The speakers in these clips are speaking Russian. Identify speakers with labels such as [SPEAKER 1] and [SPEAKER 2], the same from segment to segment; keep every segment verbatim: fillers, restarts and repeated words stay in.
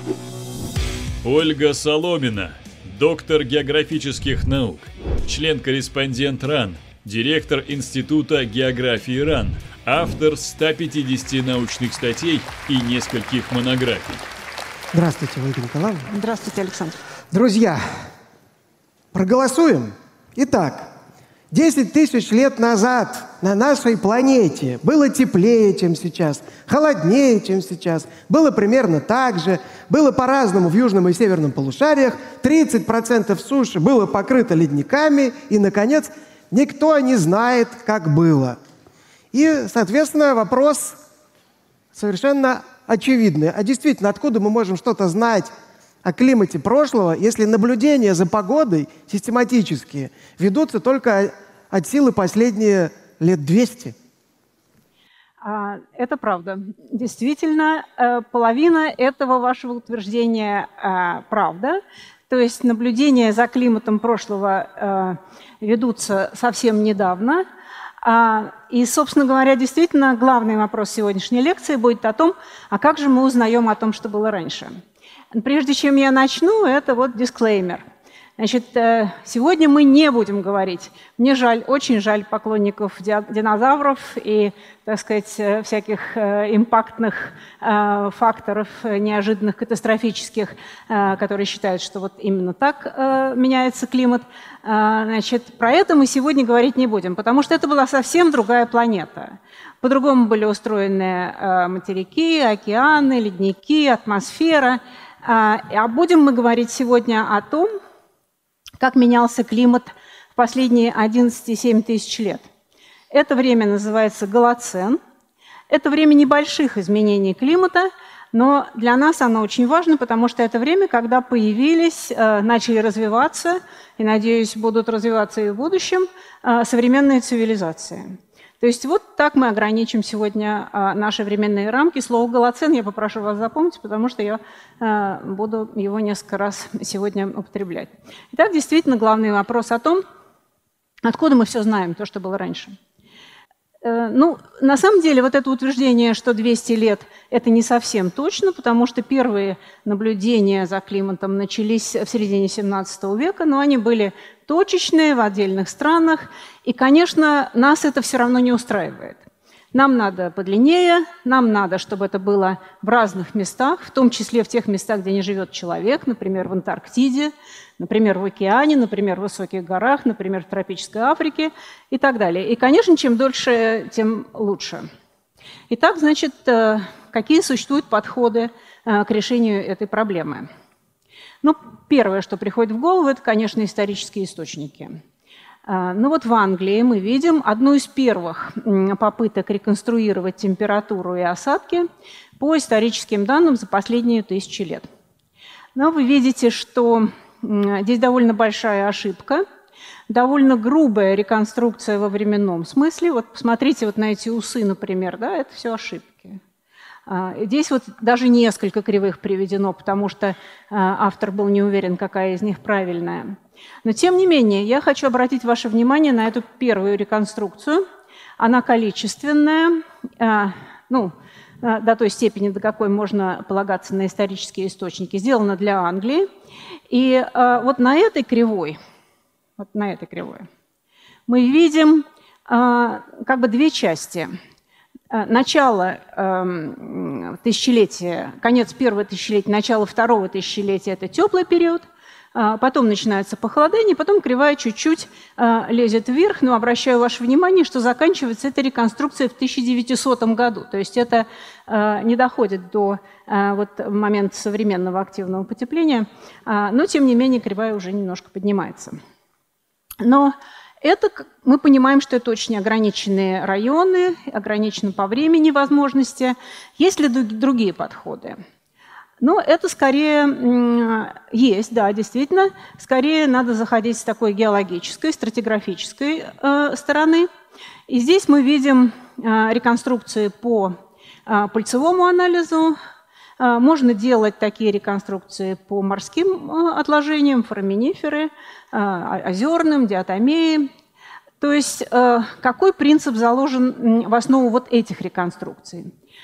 [SPEAKER 1] Ольга Соломина, доктор географических наук, член-корреспондент РАН, директор Института географии РАН, автор ста пятидесяти научных статей и нескольких монографий.
[SPEAKER 2] Здравствуйте, Ольга Николаевна.
[SPEAKER 3] Здравствуйте, Александр.
[SPEAKER 2] Друзья, проголосуем. Итак, десять тысяч лет назад на нашей планете было теплее, чем сейчас, холоднее, чем сейчас, было примерно так же, было по-разному в южном и северном полушариях, тридцать процентов суши было покрыто ледниками, и, наконец, никто не знает, как было. И, соответственно, вопрос совершенно очевидный. А действительно, откуда мы можем что-то знать о климате прошлого, если наблюдения за погодой систематические ведутся только от силы последние лет двести?
[SPEAKER 3] Это правда. Действительно, половина этого вашего утверждения правда. То есть наблюдения за климатом прошлого ведутся совсем недавно. И, собственно говоря, действительно, главный вопрос сегодняшней лекции будет о том, а как же мы узнаем о том, что было раньше. Прежде чем я начну, это вот дисклеймер. Значит, сегодня мы не будем говорить. Мне жаль, очень жаль поклонников динозавров и, так сказать, всяких импактных факторов, неожиданных, катастрофических, которые считают, что вот именно так меняется климат. Значит, про это мы сегодня говорить не будем, потому что это была совсем другая планета. По-другому были устроены материки, океаны, ледники, атмосфера. А будем мы говорить сегодня о том, как менялся климат в последние одиннадцать целых семь десятых тысяч лет. Это время называется Голоцен. Это время небольших изменений климата, но для нас оно очень важно, потому что это время, когда появились, начали развиваться, и, надеюсь, будут развиваться и в будущем, современные цивилизации. То есть вот так мы ограничим сегодня наши временные рамки. Слово «голоцен» я попрошу вас запомнить, потому что я буду его несколько раз сегодня употреблять. Итак, действительно, главный вопрос о том, откуда мы все знаем, то, что было раньше. Ну, на самом деле, вот это утверждение, что двести лет, это не совсем точно, потому что первые наблюдения за климатом начались в середине семнадцатого века, но они были точечные в отдельных странах, и, конечно, нас это все равно не устраивает. Нам надо подлиннее, нам надо, чтобы это было в разных местах, в том числе в тех местах, где не живет человек, например, в Антарктиде, например, в океане, например, в высоких горах, например, в тропической Африке и так далее. И, конечно, чем дольше, тем лучше. Итак, значит, какие существуют подходы к решению этой проблемы? Ну, первое, что приходит в голову, это, конечно, исторические источники. Ну вот в Англии мы видим одну из первых попыток реконструировать температуру и осадки по историческим данным за последние тысячи лет. Но вы видите, что здесь довольно большая ошибка, довольно грубая реконструкция во временном смысле. Вот посмотрите вот на эти усы, например, да, это все ошибки. Здесь вот даже несколько кривых приведено, потому что автор был не уверен, какая из них правильная. Но, тем не менее, я хочу обратить ваше внимание на эту первую реконструкцию. Она количественная, ну, до той степени, до какой можно полагаться на исторические источники, сделана для Англии. И вот на этой кривой, вот на этой кривой мы видим как бы две части. Начало тысячелетия, конец первого тысячелетия, начало второго тысячелетия – это теплый период, потом начинается похолодание, потом кривая чуть-чуть лезет вверх, но обращаю ваше внимание, что заканчивается эта реконструкция в тысяча девятисотом году, то есть это не доходит до вот момента современного активного потепления, но тем не менее кривая уже немножко поднимается. Но это, мы понимаем, что это очень ограниченные районы, ограничены по времени возможности. Есть ли другие подходы? Ну, это скорее есть, да, действительно. Скорее надо заходить с такой геологической, стратиграфической э, стороны. И здесь мы видим э, реконструкции по э, пыльцевому анализу. Э, можно делать такие реконструкции по морским э, отложениям, фораминиферы, э, озерным, диатомеи. То есть э, какой принцип заложен в основу вот этих реконструкций?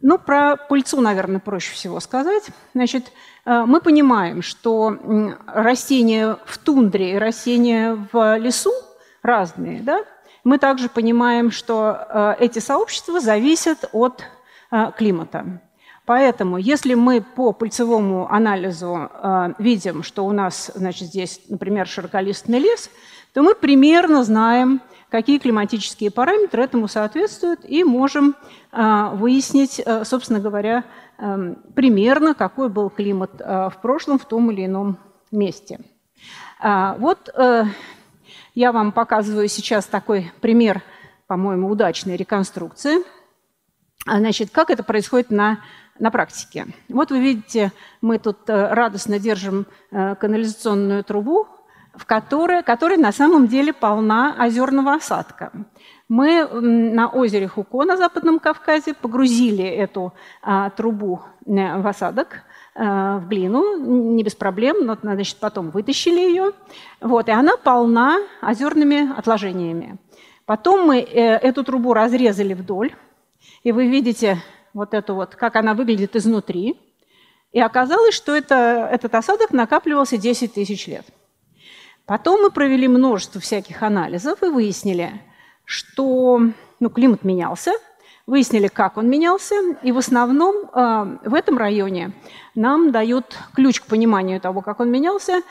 [SPEAKER 3] Ну, про пыльцу, наверное, проще всего сказать. Значит, мы понимаем, что растения в тундре и растения в лесу разные, да? Мы также понимаем, что эти сообщества зависят от климата. Поэтому, если мы по пыльцевому анализу видим, что у нас, значит, здесь, например, широколиственный лес, то мы примерно знаем, какие климатические параметры этому соответствуют, и можем э, выяснить, э, собственно говоря, э, примерно, какой был климат э, в прошлом в том или ином месте. А, вот э, я вам показываю сейчас такой пример, по-моему, удачной реконструкции. Значит, как это происходит на, на практике. Вот вы видите, мы тут э, радостно держим э, канализационную трубу, в которой, которая на самом деле полна озерного осадка. Мы на озере Хуко на Западном Кавказе погрузили эту а, трубу в осадок, а, в глину, не без проблем, но, значит, потом вытащили ее, вот, и она полна озерными отложениями. Потом мы э, эту трубу разрезали вдоль, и вы видите вот эту вот, как она выглядит изнутри, и оказалось, что это, этот осадок накапливался десять тысяч лет. Потом мы провели множество всяких анализов и выяснили, что ну, климат менялся, выяснили, как он менялся, и в основном э, в этом районе нам дают ключ к пониманию того, как он менялся,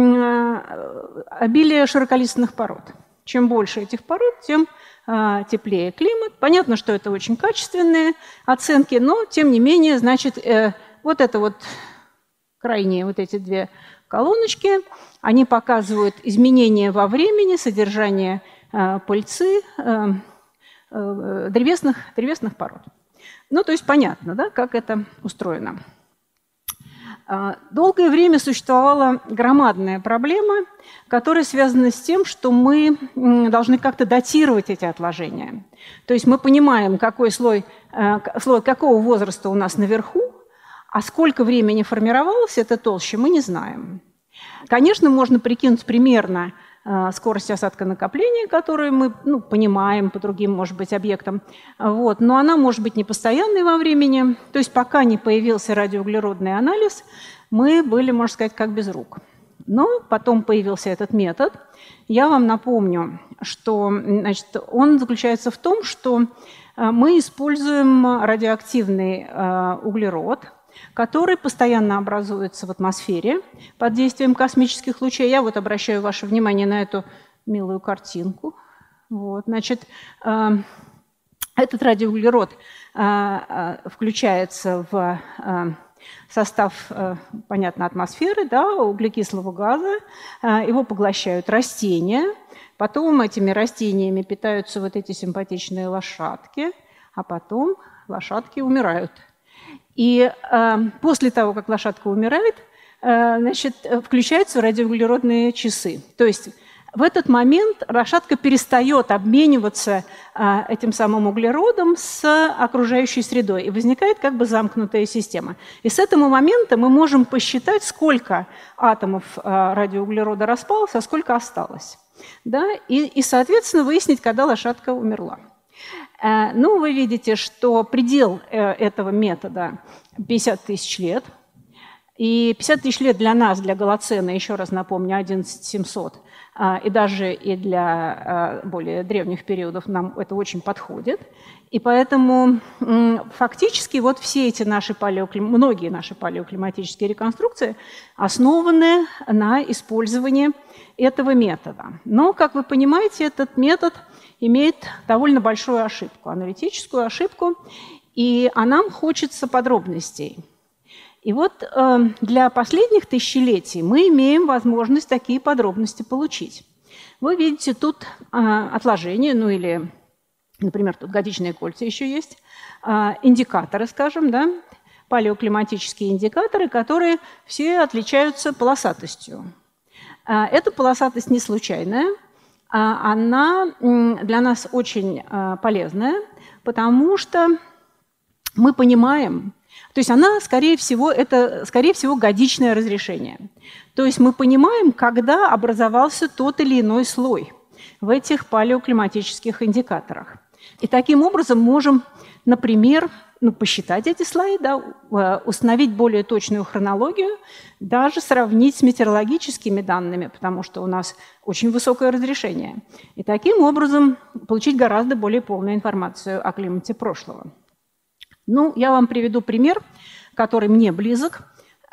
[SPEAKER 3] э, обилие широколиственных пород. Чем больше этих пород, тем э, теплее климат. Понятно, что это очень качественные оценки, но тем не менее, значит, э, вот это вот крайние вот эти две колоночки, они показывают изменения во времени, содержание э, пыльцы, э, э, древесных, древесных пород. Ну, то есть понятно, да, как это устроено. Э, долгое время существовала громадная проблема, которая связана с тем, что мы э, должны как-то датировать эти отложения. То есть мы понимаем, какой слой, э, слой какого возраста у нас наверху, а сколько времени формировалось это толще, мы не знаем. Конечно, можно прикинуть примерно э, скорость осадка накопления, которую мы ну, понимаем по другим, может быть, объектам, вот, но она может быть непостоянной во времени. То есть пока не появился радиоуглеродный анализ, мы были, можно сказать, как без рук. Но потом появился этот метод. Я вам напомню, что значит, он заключается в том, что мы используем радиоактивный э, углерод, который постоянно образуется в атмосфере под действием космических лучей. Я вот обращаю ваше внимание на эту милую картинку. Вот, значит, э, этот радиоуглерод э, э, включается в э, состав, э, понятно, атмосферы, да, углекислого газа. Э, его поглощают растения. Потом этими растениями питаются вот эти симпатичные лошадки, а потом лошадки умирают. И э, после того, как лошадка умирает, э, значит, включаются радиоуглеродные часы. То есть в этот момент лошадка перестает обмениваться э, этим самым углеродом с окружающей средой, и возникает как бы замкнутая система. И с этого момента мы можем посчитать, сколько атомов э, радиоуглерода распалось, а сколько осталось. Да? И, и, соответственно, выяснить, когда лошадка умерла. Ну, вы видите, что предел этого метода пятьдесят тысяч лет. И пятьдесят тысяч лет для нас, для Голоцена, еще раз напомню, одиннадцать тысяч семьсот, и даже и для более древних периодов нам это очень подходит. И поэтому фактически вот все эти наши палеоклим... многие наши палеоклиматические реконструкции основаны на использовании этого метода. Но, как вы понимаете, этот метод имеет довольно большую ошибку, аналитическую ошибку, и а нам хочется подробностей. И вот э, для последних тысячелетий мы имеем возможность такие подробности получить. Вы видите тут э, отложения, ну или, например, тут годичные кольца еще есть, э, индикаторы, скажем, да, палеоклиматические индикаторы, которые все отличаются полосатостью. Э, эта полосатость не случайная. Она для нас очень полезная, потому что мы понимаем, то есть она, скорее всего, это, скорее всего, годичное разрешение. То есть мы понимаем, когда образовался тот или иной слой в этих палеоклиматических индикаторах. И таким образом можем, например, ну, посчитать эти слои, да, установить более точную хронологию, даже сравнить с метеорологическими данными, потому что у нас очень высокое разрешение. И таким образом получить гораздо более полную информацию о климате прошлого. Ну, я вам приведу пример, который мне близок.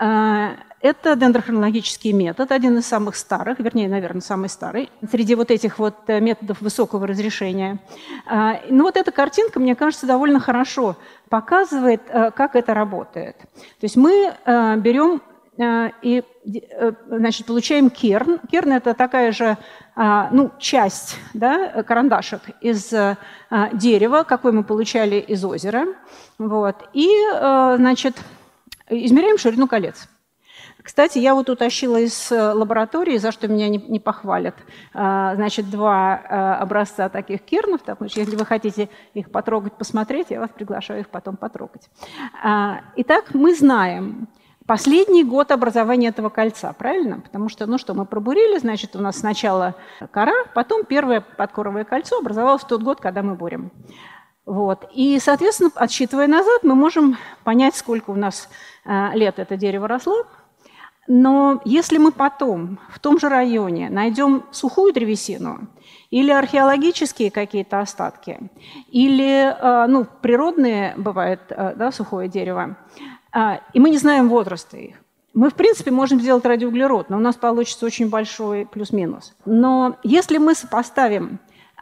[SPEAKER 3] Это дендрохронологический метод, один из самых старых, вернее, наверное, самый старый, среди вот этих вот методов высокого разрешения. Ну вот эта картинка, мне кажется, довольно хорошо показывает, как это работает. То есть мы берем и, значит, получаем керн. Керн – это такая же, ну, часть, да, карандашек из дерева, какой мы получали из озера. Вот. И, значит, измеряем ширину колец. Кстати, я вот утащила из лаборатории, за что меня не, не похвалят, значит, два образца таких кернов. Так, если вы хотите их потрогать, посмотреть, я вас приглашаю их потом потрогать. Итак, мы знаем последний год образования этого кольца, правильно? Потому что, ну что, мы пробурили, значит, у нас сначала кора, потом первое подкоровое кольцо образовалось в тот год, когда мы бурим. Вот. И, соответственно, отсчитывая назад, мы можем понять, сколько у нас лет это дерево росло. Но если мы потом в том же районе найдем сухую древесину или археологические какие-то остатки, или, ну, природные, бывает, да, сухое дерево, и мы не знаем возраста их, мы, в принципе, можем сделать радиоуглерод, но у нас получится очень большой плюс-минус. Но если мы сопоставим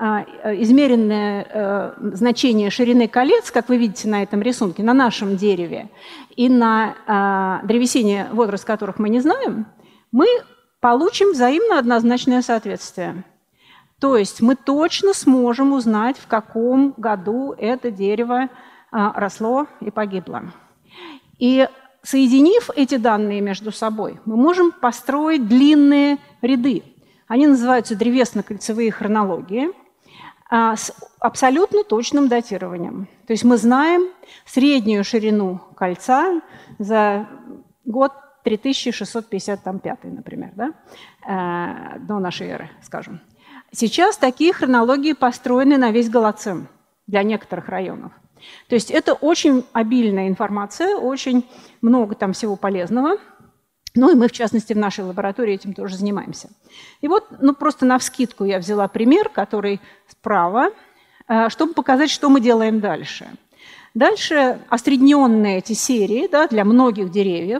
[SPEAKER 3] измеренное э, значение ширины колец, как вы видите на этом рисунке, на нашем дереве, и на э, древесине, возраст которых мы не знаем, мы получим взаимно однозначное соответствие. То есть мы точно сможем узнать, в каком году это дерево э, росло и погибло. И соединив эти данные между собой, мы можем построить длинные ряды. Они называются древесно-кольцевые хронологии, с абсолютно точным датированием. То есть мы знаем среднюю ширину кольца за год три тысячи шестьсот пятьдесят пять, например, да? До нашей эры, скажем. Сейчас такие хронологии построены на весь Голоцен для некоторых районов. То есть это очень обильная информация, очень много там всего полезного. Ну и мы, в частности, в нашей лаборатории этим тоже занимаемся. И вот, ну просто навскидку я взяла пример, который справа, чтобы показать, что мы делаем дальше. Дальше осредненные эти серии, да, для многих деревьев.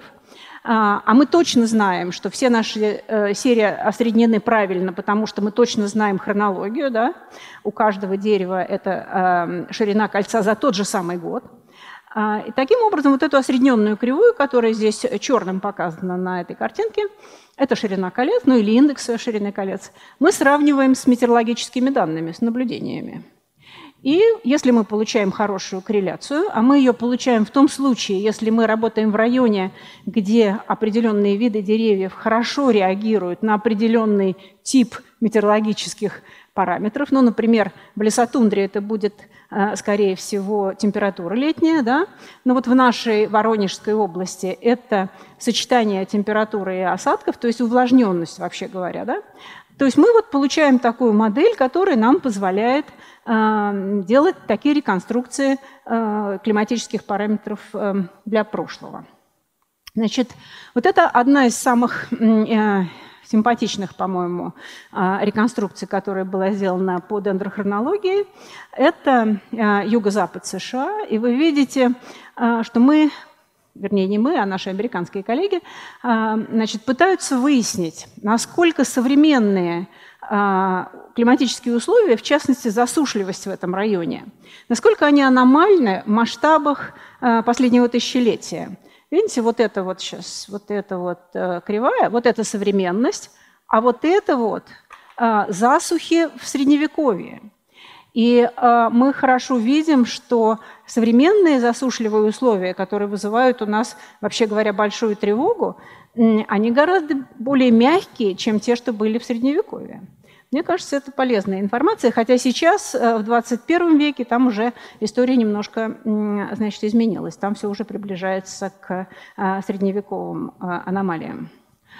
[SPEAKER 3] А мы точно знаем, что все наши серии осреднены правильно, потому что мы точно знаем хронологию. Да? У каждого дерева это ширина кольца за тот же самый год. И таким образом, вот эту осредненную кривую, которая здесь черным показана на этой картинке, это ширина колец, ну или индекс ширины колец, мы сравниваем с метеорологическими данными, с наблюдениями. И если мы получаем хорошую корреляцию, а мы ее получаем в том случае, если мы работаем в районе, где определенные виды деревьев хорошо реагируют на определенный тип метеорологических параметров, ну, например, в лесотундре это будет, скорее всего, температура летняя, да? Но вот в нашей Воронежской области это сочетание температуры и осадков, то есть увлажненность, вообще говоря, да? То есть мы вот получаем такую модель, которая нам позволяет э, делать такие реконструкции э, климатических параметров э, для прошлого. Значит, вот это одна из самых э, симпатичных, по-моему, э, реконструкций, которая была сделана по дендрохронологии. Это э, юго-запад США, и вы видите, э, что мы... вернее, не мы, а наши американские коллеги, значит, пытаются выяснить, насколько современные климатические условия, в частности, засушливость в этом районе, насколько они аномальны в масштабах последнего тысячелетия. Видите, вот это вот сейчас, вот это вот кривая, вот это современность, а вот это вот засухи в Средневековье. И э, мы хорошо видим, что современные засушливые условия, которые вызывают у нас, вообще говоря, большую тревогу, э, они гораздо более мягкие, чем те, что были в Средневековье. Мне кажется, это полезная информация, хотя сейчас, э, в двадцать первом веке, там уже история немножко, э, значит, изменилась. Там все уже приближается к э, средневековым э, аномалиям.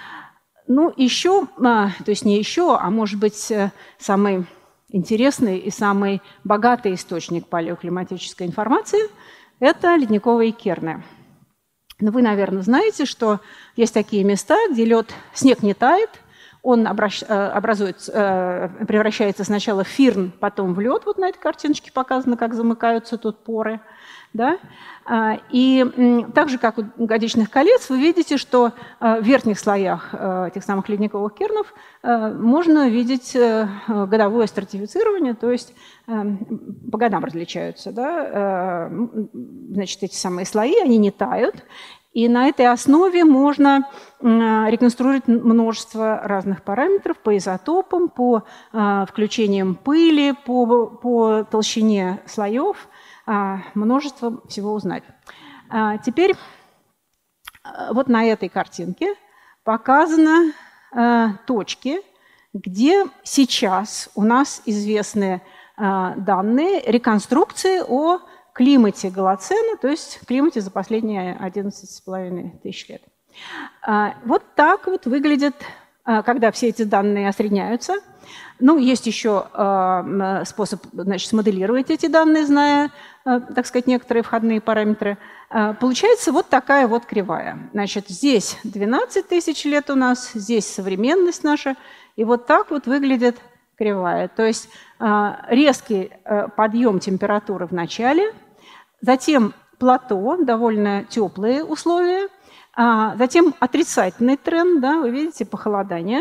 [SPEAKER 3] Ну, еще, э, то есть не еще, а может быть, э, самый... интересный и самый богатый источник палеоклиматической информации это ледниковые керны. Но вы, наверное, знаете, что есть такие места, где лед, снег не тает, он обращ, образует, превращается сначала в фирн, потом в лед. Вот на этой картиночке показано, как замыкаются тут поры. Да? И так же, как у годичных колец, вы видите, что в верхних слоях этих самых ледниковых кернов можно видеть годовое стратифицирование, то есть по годам различаются. Да? Значит, эти самые слои, они не тают. И на этой основе можно реконструировать множество разных параметров по изотопам, по включениям пыли, по, по толщине слоев, множество всего узнать. Теперь вот на этой картинке показаны точки, где сейчас у нас известны данные реконструкции о климате Голоцена, то есть климате за последние одиннадцать с половиной тысяч лет. Вот так вот выглядит, когда все эти данные осредняются. Ну, есть еще способ, значит, смоделировать эти данные, зная, так сказать, некоторые входные параметры. Получается вот такая вот кривая. Значит, здесь двенадцать тысяч лет у нас, здесь современность наша, и вот так вот выглядит кривая. То есть резкий подъем температуры в начале, затем плато, довольно теплые условия, затем отрицательный тренд, да, вы видите, похолодание,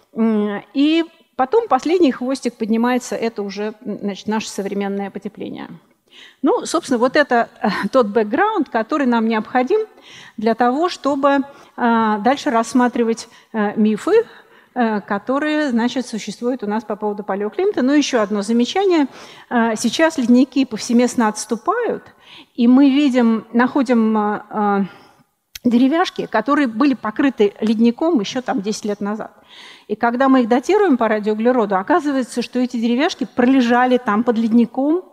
[SPEAKER 3] и потом последний хвостик поднимается, это уже, значит, наше современное потепление. Ну, собственно, вот это тот бэкграунд, который нам необходим для того, чтобы дальше рассматривать мифы, которые, значит, существуют у нас по поводу палеоклимата. Но еще одно замечание. Сейчас ледники повсеместно отступают, и мы видим, находим деревяшки, которые были покрыты ледником еще там десять лет назад. И когда мы их датируем по радиоуглероду, оказывается, что эти деревяшки пролежали там под ледником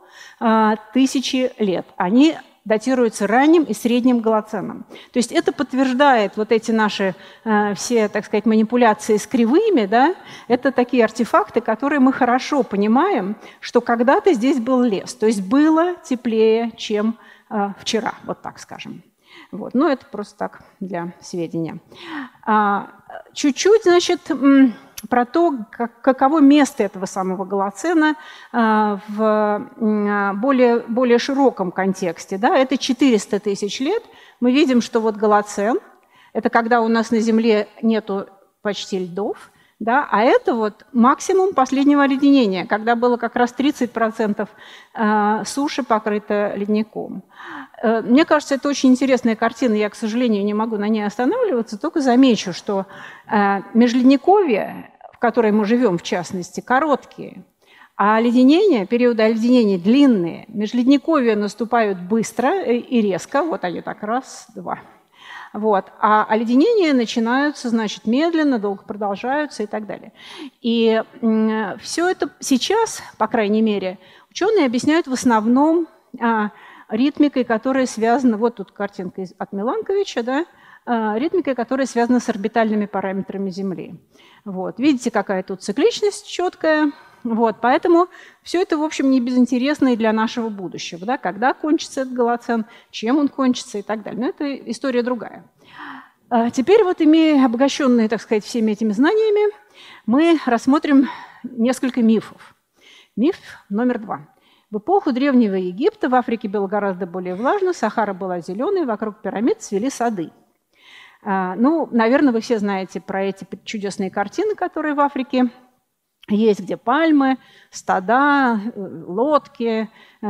[SPEAKER 3] тысячи лет. Они датируются ранним и средним Голоценом. То есть это подтверждает вот эти наши э, все, так сказать, манипуляции с кривыми, да? Это такие артефакты, которые мы хорошо понимаем, что когда-то здесь был лес, то есть было теплее, чем э, вчера, вот так скажем. Вот. Ну, это просто так для сведения. А, чуть-чуть, значит, про то, как, каково место этого самого Голоцена а, в а, более, более широком контексте. Да? Это четыреста тысяч лет. Мы видим, что вот Голоцен – это когда у нас на Земле нету почти льдов, да? А это вот максимум последнего оледенения, когда было как раз тридцать процентов а, суши покрыто ледником. Мне кажется, это очень интересная картина, я, к сожалению, не могу на ней останавливаться, только замечу, что межледниковье, в которое мы живем, в частности, короткие, а оледенения, периоды оледенения длинные. Межледниковья наступают быстро и резко, вот они так, раз, два. Вот. А оледенения начинаются, значит, медленно, долго продолжаются и так далее. И все это сейчас, по крайней мере, ученые объясняют в основном ритмикой, которая связана, вот тут картинка от Миланковича, да, ритмикой, которая связана с орбитальными параметрами Земли. Вот. Видите, какая тут цикличность четкая. Вот. Поэтому все это, в общем, не безинтересно и для нашего будущего. Да? Когда кончится этот Голоцен, чем он кончится и так далее. Но это история другая. А теперь, вот, имея обогащенные, так сказать, всеми этими знаниями, мы рассмотрим несколько мифов. Миф номер два. В эпоху Древнего Египта в Африке было гораздо более влажно, Сахара была зеленой, вокруг пирамид цвели сады. Ну, наверное, вы все знаете про эти чудесные картины, которые в Африке есть, где пальмы, стада, лодки,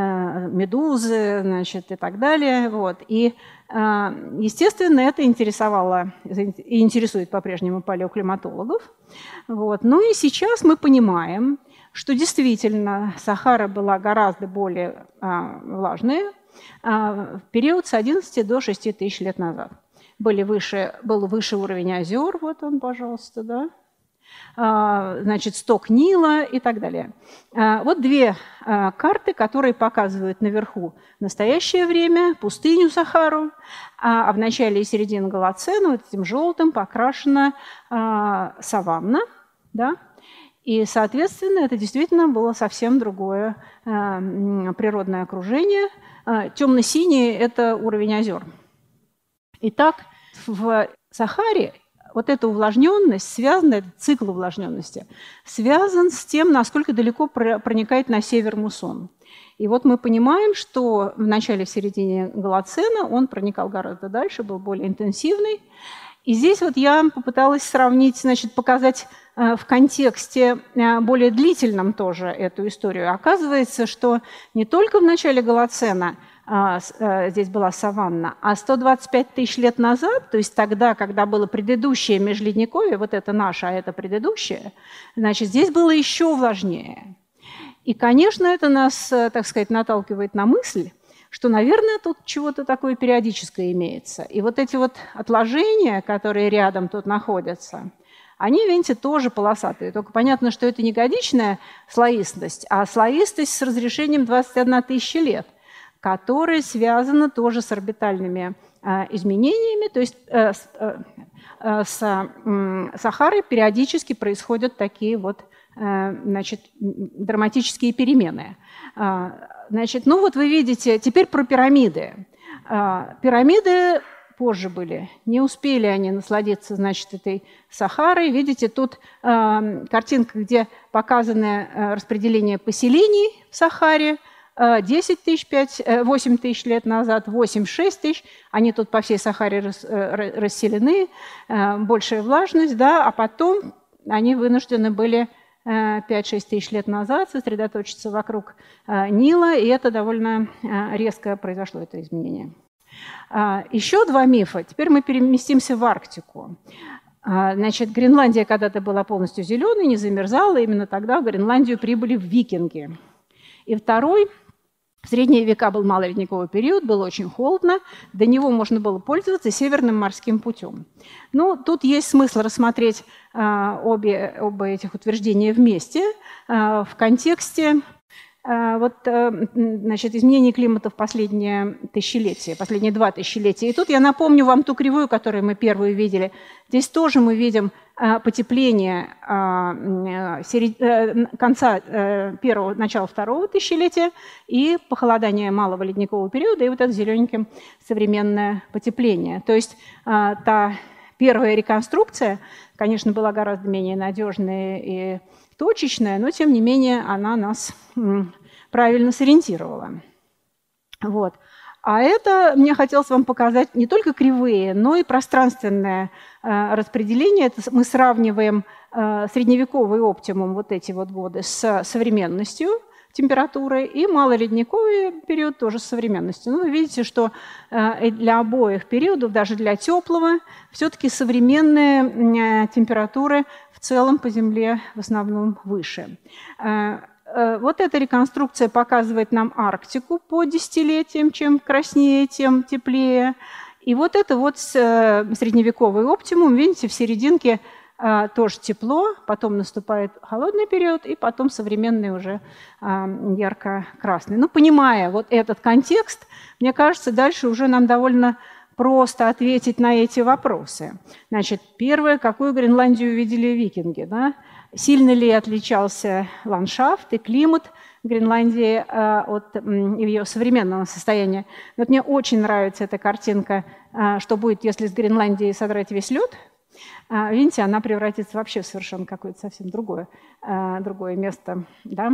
[SPEAKER 3] медузы, значит, и так далее. Вот. И, естественно, это интересовало и интересует по-прежнему палеоклиматологов. Вот. Ну и сейчас мы понимаем, что действительно Сахара была гораздо более а, влажная а, в период с одиннадцати до шести тысяч лет назад. Были выше, был выше уровень озер, вот он, пожалуйста, да. А, значит, сток Нила и так далее. А, вот две а, карты, которые показывают наверху настоящее время, пустыню Сахару, а, а в начале и середине Голоцена вот этим желтым покрашена а, саванна, да. И, соответственно, это действительно было совсем другое э, природное окружение, Темно-синий – это уровень озер. Итак, в Сахаре вот эта увлажненность связана, этот цикл увлажненности, связан с тем, насколько далеко проникает на север муссон. И вот мы понимаем, что в начале, в середине Голоцена он проникал гораздо дальше, был более интенсивный. И здесь вот я попыталась сравнить, значит, показать в контексте более длительном тоже эту историю. Оказывается, что не только в начале Голоцена здесь была саванна, а сто двадцать пять тысяч лет назад, то есть тогда, когда было предыдущее межледниковье, вот это наше, а это предыдущее, значит, здесь было еще влажнее. И, конечно, это нас, так сказать, наталкивает на мысль, что, наверное, тут чего-то такое периодическое имеется. И вот эти вот отложения, которые рядом тут находятся, они, видите, тоже полосатые. Только понятно, что это не годичная слоистость, а слоистость с разрешением двадцать одна тысяча лет, которая связана тоже с орбитальными э, изменениями. То есть э, с, э, с э, Сахарой периодически происходят такие вот значит, драматические перемены. Значит, ну вот вы видите, теперь про пирамиды. Пирамиды позже были, не успели они насладиться, значит, этой Сахарой. Видите, тут картинка, где показано распределение поселений в Сахаре. десять тысяч, восемь тысяч лет назад, восемь-шесть тысяч. Они тут по всей Сахаре расселены, большая влажность, да, а потом они вынуждены были пять-шесть тысяч лет назад сосредоточиться вокруг Нила, и это довольно резко произошло, это изменение. Еще два мифа. Теперь мы переместимся в Арктику. Значит, Гренландия когда-то была полностью зеленой, не замерзала, именно тогда в Гренландию прибыли викинги. И второй. В средние века был малоледниковый период, было очень холодно, до него можно было пользоваться северным морским путем. Ну, тут есть смысл рассмотреть а, обе, оба этих утверждения вместе а, в контексте а, вот, а, значит, изменений климата в последние тысячелетия, последние два тысячелетия. И тут я напомню вам ту кривую, которую мы первую видели. Здесь тоже мы видим потепление конца первого, начала второго тысячелетия и похолодание малого ледникового периода, и вот это зелененьким современное потепление. То есть та первая реконструкция, конечно, была гораздо менее надежная и точечная, но тем не менее она нас правильно сориентировала. Вот. А это мне хотелось вам показать не только кривые, но и пространственное э, распределение. Это мы сравниваем э, средневековый оптимум, вот эти вот годы, с современностью температуры, и малоледниковый период тоже с современностью. Ну, вы видите, что э, для обоих периодов, даже для теплого, все-таки современные э, температуры в целом по Земле в основном выше. Э, Вот эта реконструкция показывает нам Арктику по десятилетиям. Чем краснее, тем теплее. И вот это вот средневековый оптимум. Видите, в серединке тоже тепло, потом наступает холодный период, и потом современный уже ярко-красный. Ну, понимая вот этот контекст, мне кажется, дальше уже нам довольно просто ответить на эти вопросы. Значит, первое, какую Гренландию видели викинги, да? Сильно ли отличался ландшафт и климат Гренландии э, от э, ее современного состояния? Вот мне очень нравится эта картинка, э, что будет, если с Гренландии содрать весь лед. Э, видите, она превратится вообще в совершенно какое-то совсем другое, э, другое место. Да?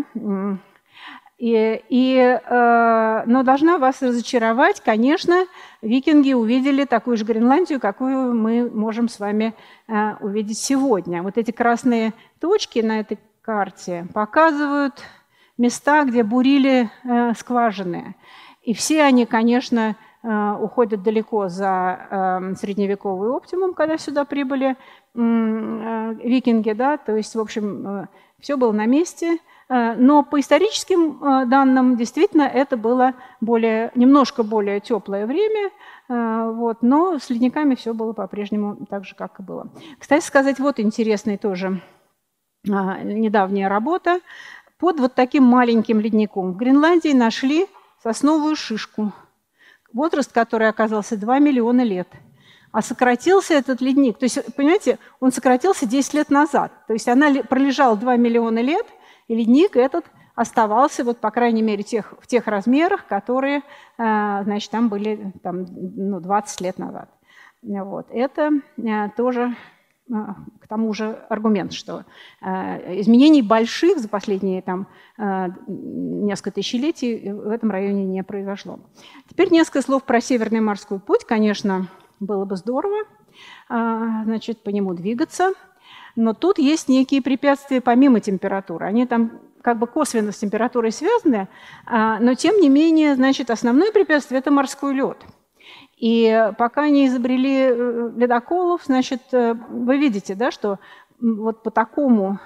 [SPEAKER 3] И, и, э, но должна вас разочаровать, конечно, викинги увидели такую же Гренландию, какую мы можем с вами э, увидеть сегодня. Вот эти красные точки на этой карте показывают места, где бурили э, скважины. И все они, конечно, э, уходят далеко за э, средневековый оптимум, когда сюда прибыли э, викинги, да, то есть, в общем, э, все было на месте. Но по историческим данным действительно это было более, немножко более теплое время, вот, но с ледниками все было по-прежнему так же, как и было. Кстати сказать, вот интересная тоже недавняя работа. Под вот таким маленьким ледником в Гренландии нашли сосновую шишку, возраст которой оказался два миллиона лет. А сократился этот ледник, то есть, понимаете, он сократился десять лет назад. То есть она пролежала два миллиона лет, и ледник этот оставался, вот, по крайней мере, тех, в тех размерах, которые, значит, там были там, ну, двадцать лет назад. Вот. Это тоже, к тому же, аргумент, что изменений больших за последние там, несколько тысячелетий в этом районе не произошло. Теперь несколько слов про Северный морской путь. Конечно, было бы здорово, значит, по нему двигаться. Но тут есть некие препятствия помимо температуры. Они там как бы косвенно с температурой связаны, но тем не менее, значит, основное препятствие – это морской лед. И пока не изобрели ледоколов, значит, вы видите, да, что вот по такому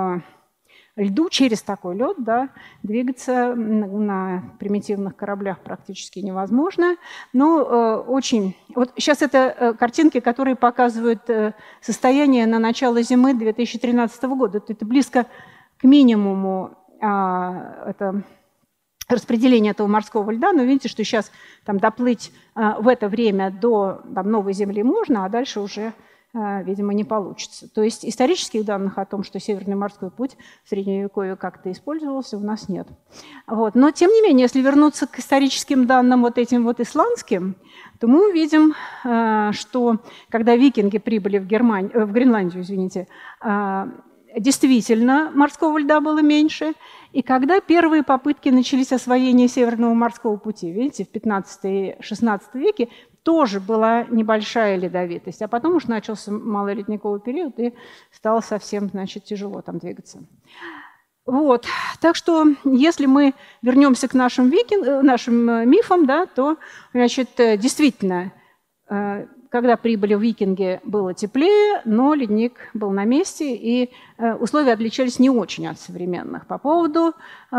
[SPEAKER 3] льду, через такой лед, да, двигаться на примитивных кораблях практически невозможно. Но э, очень... Вот сейчас это картинки, которые показывают э, состояние на начало зимы две тысячи тринадцатого года. Это, это близко к минимуму э, это распределение этого морского льда. Но видите, что сейчас там доплыть э, в это время до там, новой Земли можно, а дальше уже... видимо, не получится. То есть исторических данных о том, что Северный морской путь в Средневековье как-то использовался, у нас нет. Вот. Но, тем не менее, если вернуться к историческим данным вот этим вот исландским, то мы увидим, что когда викинги прибыли в, Германию, в Гренландию, извините, действительно морского льда было меньше. И когда первые попытки начались освоения Северного морского пути, видите, в пятнадцатом-шестнадцатом веке, тоже была небольшая ледовитость, а потом уж начался малый ледниковый период, и стало совсем, значит, тяжело там двигаться. Вот. Так что, если мы вернемся к нашим, викинг, нашим мифам, да, то, значит, действительно, когда прибыли викинги, было теплее, но ледник был на месте, и условия отличались не очень от современных. По поводу,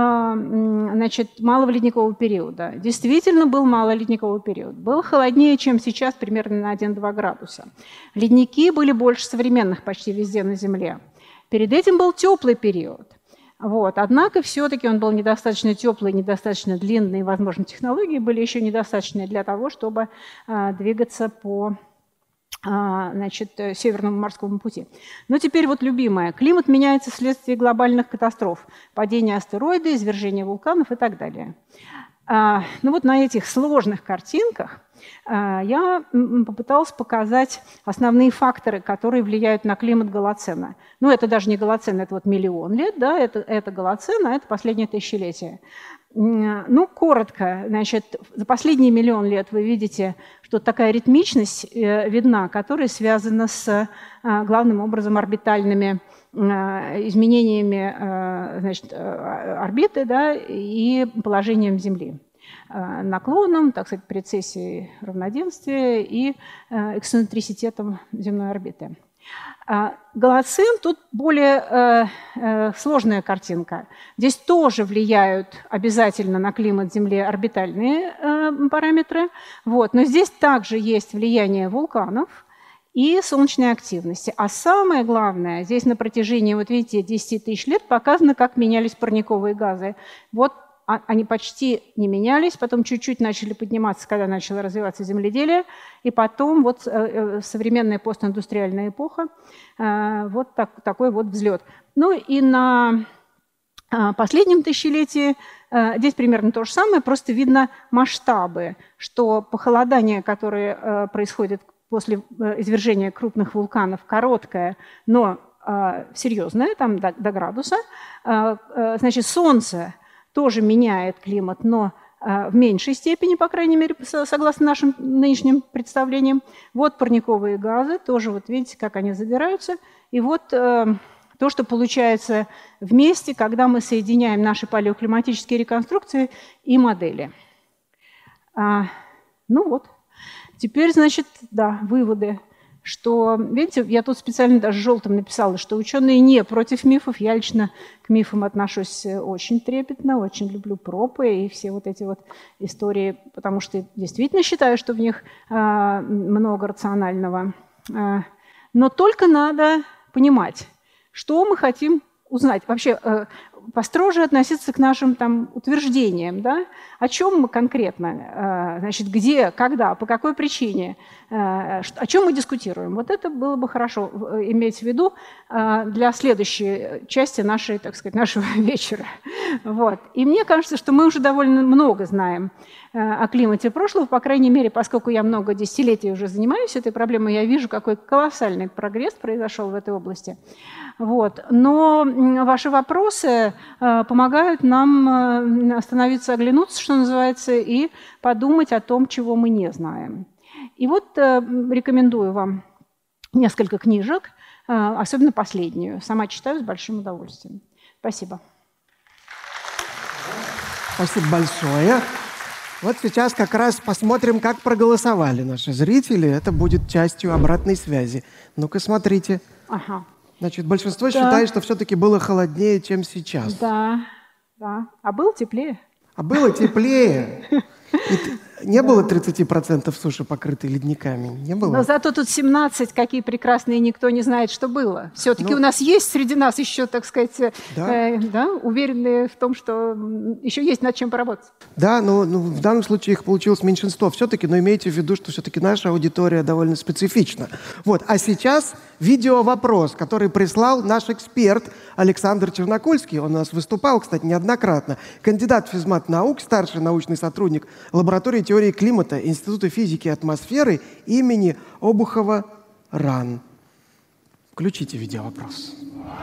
[SPEAKER 3] значит, малого ледникового периода. Действительно был малый ледниковый период. Был холоднее, чем сейчас, примерно на один-два градуса. Ледники были больше современных почти везде на Земле. Перед этим был теплый период. Вот. Однако все-таки он был недостаточно теплый, недостаточно длинный, и, возможно, технологии были еще недостаточные для того, чтобы а, двигаться по а, значит, Северному морскому пути. Но теперь вот любимое. Климат меняется вследствие глобальных катастроф, падения астероида, извержения вулканов и так далее. А, ну вот на этих сложных картинках я попыталась показать основные факторы, которые влияют на климат Голоцена. Ну, это даже не Голоцен, это вот миллион лет, да, это, это Голоцен, а это последнее тысячелетие. Ну, коротко, значит, за последние миллион лет вы видите, что такая ритмичность видна, которая связана с, главным образом, орбитальными изменениями, значит, орбиты, да, и положением Земли. Наклоном, так сказать, прецессией равноденствия и эксцентриситетом земной орбиты. Голоцен тут более сложная картинка. Здесь тоже влияют обязательно на климат Земли орбитальные параметры, вот, но здесь также есть влияние вулканов и солнечной активности. А самое главное, здесь на протяжении, вот видите, десяти тысяч лет показано, как менялись парниковые газы. Вот они почти не менялись, потом чуть-чуть начали подниматься, когда начало развиваться земледелие, и потом вот современная постиндустриальная эпоха, вот так, такой вот взлет. Ну и на последнем тысячелетии здесь примерно то же самое, просто видно масштабы, что похолодание, которое происходит после извержения крупных вулканов, короткое, но серьезное, там до, до градуса, значит, Солнце тоже меняет климат, но э, в меньшей степени, по крайней мере, согласно нашим нынешним представлениям. Вот парниковые газы, тоже вот видите, как они забираются. И вот э, то, что получается вместе, когда мы соединяем наши палеоклиматические реконструкции и модели. А, ну вот. Теперь, значит, да, выводы. Что, видите, я тут специально даже желтым написала, что ученые не против мифов. Я лично к мифам отношусь очень трепетно, очень люблю пропы и все вот эти вот истории, потому что действительно считаю, что в них э, много рационального. Э, но только надо понимать, что мы хотим узнать, вообще э, построже относиться к нашим там утверждениям, да? О чем мы конкретно, э, значит, где, когда, по какой причине, э, о чем мы дискутируем. Вот это было бы хорошо иметь в виду э, для следующей части нашей, так сказать, нашего вечера. Вот. И мне кажется, что мы уже довольно много знаем э, о климате прошлого, по крайней мере, поскольку я много десятилетий уже занимаюсь этой проблемой, я вижу, какой колоссальный прогресс произошел в этой области. Вот. Но ваши вопросы э, помогают нам э, остановиться, оглянуться, что называется, и подумать о том, чего мы не знаем. И вот э, рекомендую вам несколько книжек, э, особенно последнюю. Сама читаю с большим удовольствием. Спасибо.
[SPEAKER 2] Спасибо большое. Вот сейчас как раз посмотрим, как проголосовали наши зрители. Это будет частью обратной связи. Ну-ка, смотрите.
[SPEAKER 3] Ага.
[SPEAKER 2] Значит, большинство
[SPEAKER 3] да.
[SPEAKER 2] считает, что все-таки было холоднее, чем сейчас.
[SPEAKER 3] Да, да. А было теплее?
[SPEAKER 2] А было теплее. И не было тридцать процентов суши, покрытой ледниками? Не было?
[SPEAKER 3] Но зато тут семнадцать, какие прекрасные, никто не знает, что было. Все-таки ну, у нас есть среди нас еще, так сказать, да? Э, да, уверенные в том, что еще есть над чем поработать.
[SPEAKER 2] Да, но ну, в данном случае их получилось меньшинство все-таки, но имейте в виду, что все-таки наша аудитория довольно специфична. Вот. А сейчас видео-вопрос, который прислал наш эксперт Александр Чернокольский. Он у нас выступал, кстати, неоднократно. Кандидат физмат-наук, старший научный сотрудник лаборатории теории климата Института физики и атмосферы имени Обухова-РАН. Включите видеовопрос.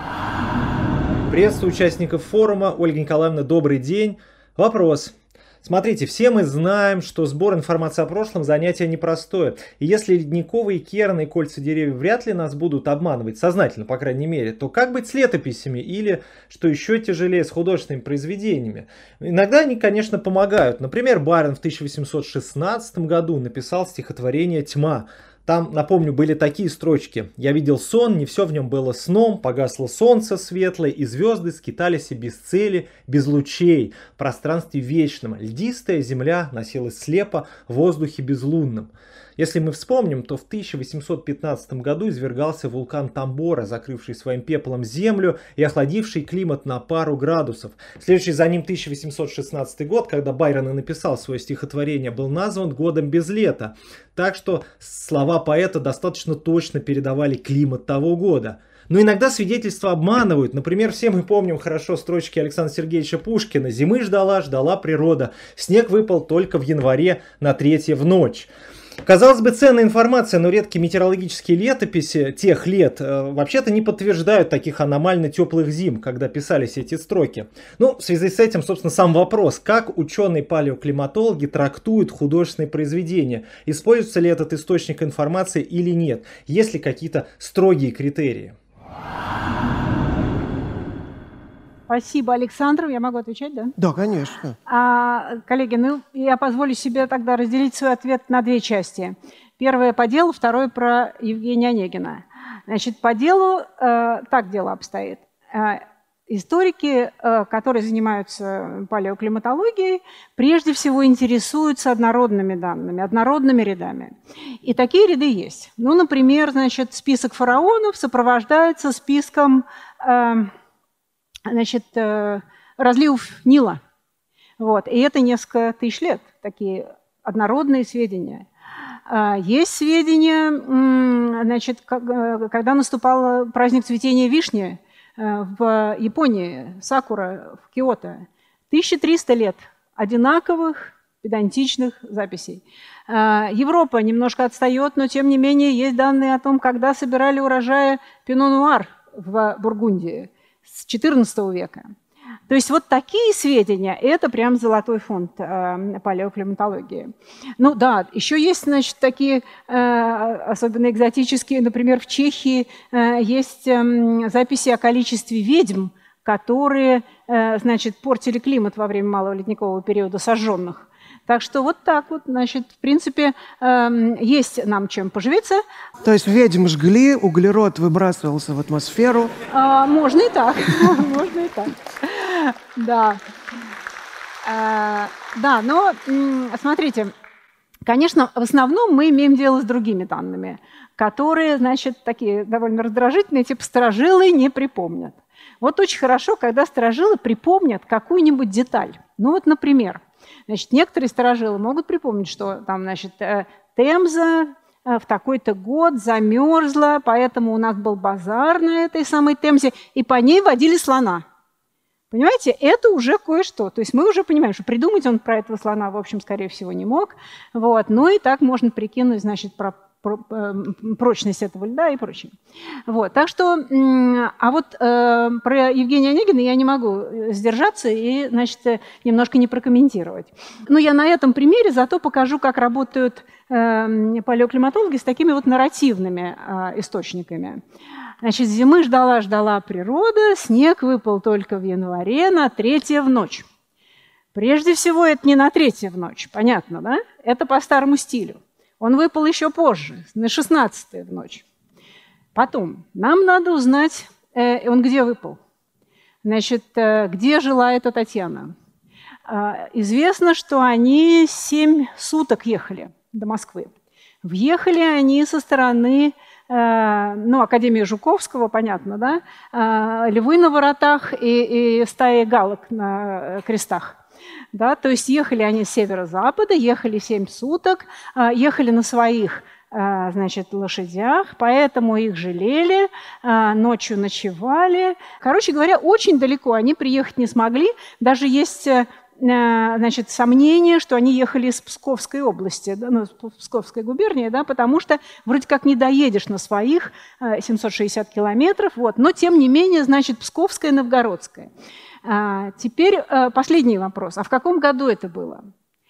[SPEAKER 4] Приветствую участников форума. Ольга Николаевна, добрый день. Вопрос. Смотрите, все мы знаем, что сбор информации о прошлом занятие непростое. И если ледниковые, керны и кольца деревьев вряд ли нас будут обманывать, сознательно, по крайней мере, то как быть с летописями или, что еще тяжелее, с художественными произведениями? Иногда они, конечно, помогают. Например, Байрон в тысяча восемьсот шестнадцатом году написал стихотворение «Тьма». Там, напомню, были такие строчки. «Я видел сон, не все в нем было сном, погасло солнце светлое, и звезды скитались и без цели, без лучей, в пространстве вечном. Льдистая земля носилась слепо в воздухе безлунном». Если мы вспомним, то в тысяча восемьсот пятнадцатом году извергался вулкан Тамбора, закрывший своим пеплом землю и охладивший климат на пару градусов. Следующий за ним тысяча восемьсот шестнадцатый год, когда Байрон и написал свое стихотворение, был назван годом без лета. Так что слова поэта достаточно точно передавали климат того года. Но иногда свидетельства обманывают. Например, все мы помним хорошо строчки Александра Сергеевича Пушкина. «Зимы ждала, ждала природа. Снег выпал только в январе на третье в ночь». Казалось бы, ценная информация, но редкие метеорологические летописи тех лет э, вообще-то не подтверждают таких аномально теплых зим, когда писались эти строки. Ну, в связи с этим, собственно, сам вопрос, как ученые-палеоклиматологи трактуют художественные произведения, используется ли этот источник информации или нет, есть ли какие-то строгие критерии.
[SPEAKER 3] Спасибо, Александр. Я могу отвечать, да?
[SPEAKER 2] Да, конечно.
[SPEAKER 3] А, коллеги, ну, я позволю себе тогда разделить свой ответ на две части. Первое по делу, второе про Евгения Онегина. Значит, по делу э, так дело обстоит. Э, историки, э, которые занимаются палеоклиматологией, прежде всего интересуются однородными данными, однородными рядами. И такие ряды есть. Ну, например, значит, список фараонов сопровождается списком... Э, Значит, разлив Нила. Вот. И это несколько тысяч лет, такие однородные сведения. Есть сведения, значит, когда наступал праздник цветения вишни в Японии, сакура в Киото. тысяча триста лет одинаковых педантичных записей. Европа немножко отстает, но тем не менее есть данные о том, когда собирали урожаи пино-нуар в Бургундии. С четырнадцатого века. То есть вот такие сведения – это прям золотой фонд э, палеоклиматологии. Ну да, еще есть, значит, такие э, особенно экзотические, например, в Чехии э, есть э, записи о количестве ведьм, которые, э, значит, портили климат во время малого ледникового периода, сожженных. Так что вот так вот, значит, в принципе, э, есть нам чем поживиться.
[SPEAKER 2] То есть ведьм жгли, углерод выбрасывался в атмосферу.
[SPEAKER 3] А, можно и так, можно и так, да. А, да, но смотрите, конечно, в основном мы имеем дело с другими данными, которые, значит, такие довольно раздражительные, типа старожилы не припомнят. Вот очень хорошо, когда старожилы припомнят какую-нибудь деталь. Ну вот, например, значит, некоторые старожилы могут припомнить, что там, значит, Темза в такой-то год замерзла, поэтому у нас был базар на этой самой Темзе, и по ней водили слона. Понимаете, это уже кое-что. То есть мы уже понимаем, что придумать он про этого слона, в общем, скорее всего, не мог. Вот. Ну и так можно прикинуть, значит, про, про э, прочность этого льда и прочее. Вот. Так что, э, а вот э, про Евгения Онегина я не могу сдержаться и, значит, немножко не прокомментировать. Но я на этом примере зато покажу, как работают э, палеоклиматологи с такими вот нарративными э, источниками. Значит, зимы ждала-ждала природа, снег выпал только в январе на третье в ночь. Прежде всего, это не на третье в ночь, понятно, да? Это по старому стилю. Он выпал еще позже, на шестнадцатое в ночь. Потом, нам надо узнать, э, он где выпал. Значит, э, где жила эта Татьяна. Э, известно, что они семь суток ехали до Москвы. Въехали они со стороны... ну, Академии Жуковского, понятно, да, львы на воротах и, и стаи галок на крестах. Да, то есть ехали они с северо-запада, ехали семь суток, ехали на своих, значит, лошадях, поэтому их жалели, ночью ночевали. Короче говоря, очень далеко они приехать не смогли. Даже есть... значит, сомнение, что они ехали из Псковской области, ну, из Псковской губернии, да, потому что вроде как не доедешь на своих семьсот шестьдесят километров, вот, но тем не менее, значит, Псковская, Новгородская. А, теперь а, последний вопрос. А в каком году это было?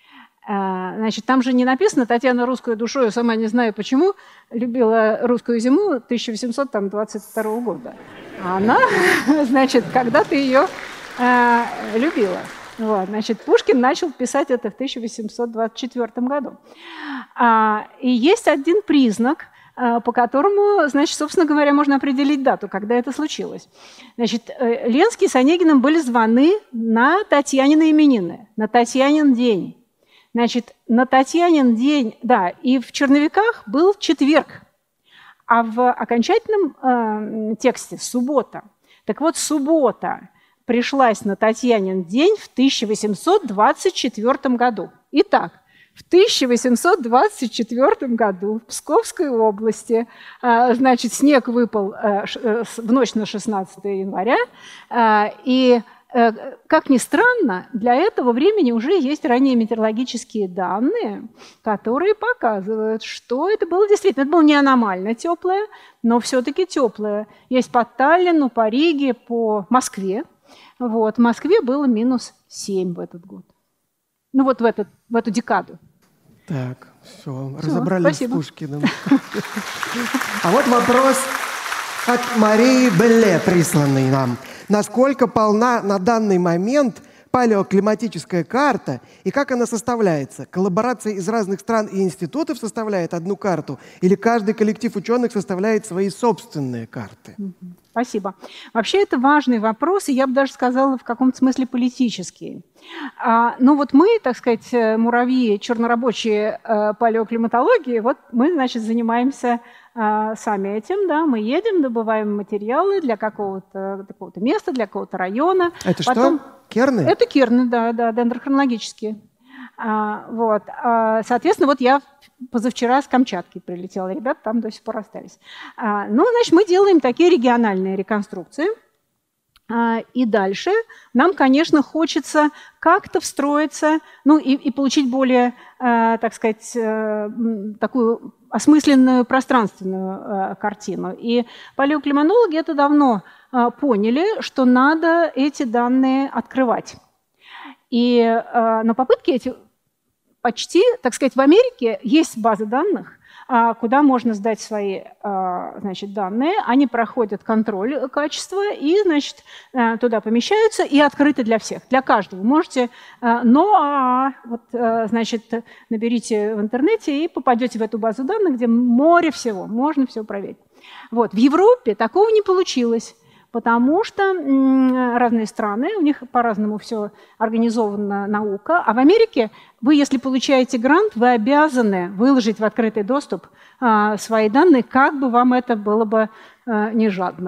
[SPEAKER 3] А, значит, там же не написано «Татьяна русскую душою, сама не знаю почему, любила русскую зиму тысяча восемьсот двадцать второго года». А она, значит, когда-то ее а, любила. Вот, значит, Пушкин начал писать это в тысяча восемьсот двадцать четвёртом году. А, и есть один признак, а, по которому, значит, собственно говоря, можно определить дату, когда это случилось. Значит, Ленский с Онегиным были званы на Татьянины именины, на Татьянин день. Значит, на Татьянин день, да, и в черновиках был четверг, а в окончательном э, тексте суббота. Так вот, суббота пришлась на Татьянин день в тысяча восемьсот двадцать четвёртом году. Итак, в тысяча восемьсот двадцать четвёртом году в Псковской области, значит, снег выпал в ночь на шестнадцатое января, и, как ни странно, для этого времени уже есть ранние метеорологические данные, которые показывают, что это было действительно, это было не аномально теплое, но все-таки теплое. Есть по Таллину, по Риге, по Москве. Вот. В Москве было минус семь в этот год. Ну вот в, этот, в эту декаду.
[SPEAKER 2] Так, все,
[SPEAKER 3] все
[SPEAKER 2] разобрались
[SPEAKER 3] спасибо.
[SPEAKER 2] с Пушкиным. А вот вопрос от Марии Белле, присланный нам. Насколько полна на данный момент палеоклиматическая карта и как она составляется? Коллаборация из разных стран и институтов составляет одну карту или каждый коллектив ученых составляет свои собственные карты?
[SPEAKER 3] Спасибо. Вообще это важный вопрос, и я бы даже сказала в каком-то смысле политический. А, ну вот мы, так сказать, муравьи, чернорабочие э, палеоклиматологии, вот мы, значит, занимаемся э, сами этим, да, мы едем, добываем материалы для какого-то, какого-то места, для какого-то района.
[SPEAKER 2] Это
[SPEAKER 3] Потом...
[SPEAKER 2] что? Керны?
[SPEAKER 3] Это керны, да, да, дендрохронологические. А, вот. А, соответственно, вот я позавчера с Камчатки прилетела, ребята там до сих пор остались. А, ну, значит, мы делаем такие региональные реконструкции. А, и дальше нам, конечно, хочется как-то встроиться, ну, и, и получить более, а, так сказать, а, такую осмысленную пространственную а, картину. И палеоклиматологи это давно а, поняли, что надо эти данные открывать. И а, на попытки эти почти, так сказать, в Америке есть база данных, куда можно сдать свои, значит, данные. Они проходят контроль качества и, значит, туда помещаются и открыты для всех, для каждого. Можете, но, вот, значит, наберите в интернете и попадете в эту базу данных, где море всего, можно все проверить. Вот. В Европе такого не получилось. Потому что разные страны, у них по-разному все организована наука. А в Америке вы, если получаете грант, вы обязаны выложить в открытый доступ свои данные, как бы вам это было бы не жадно.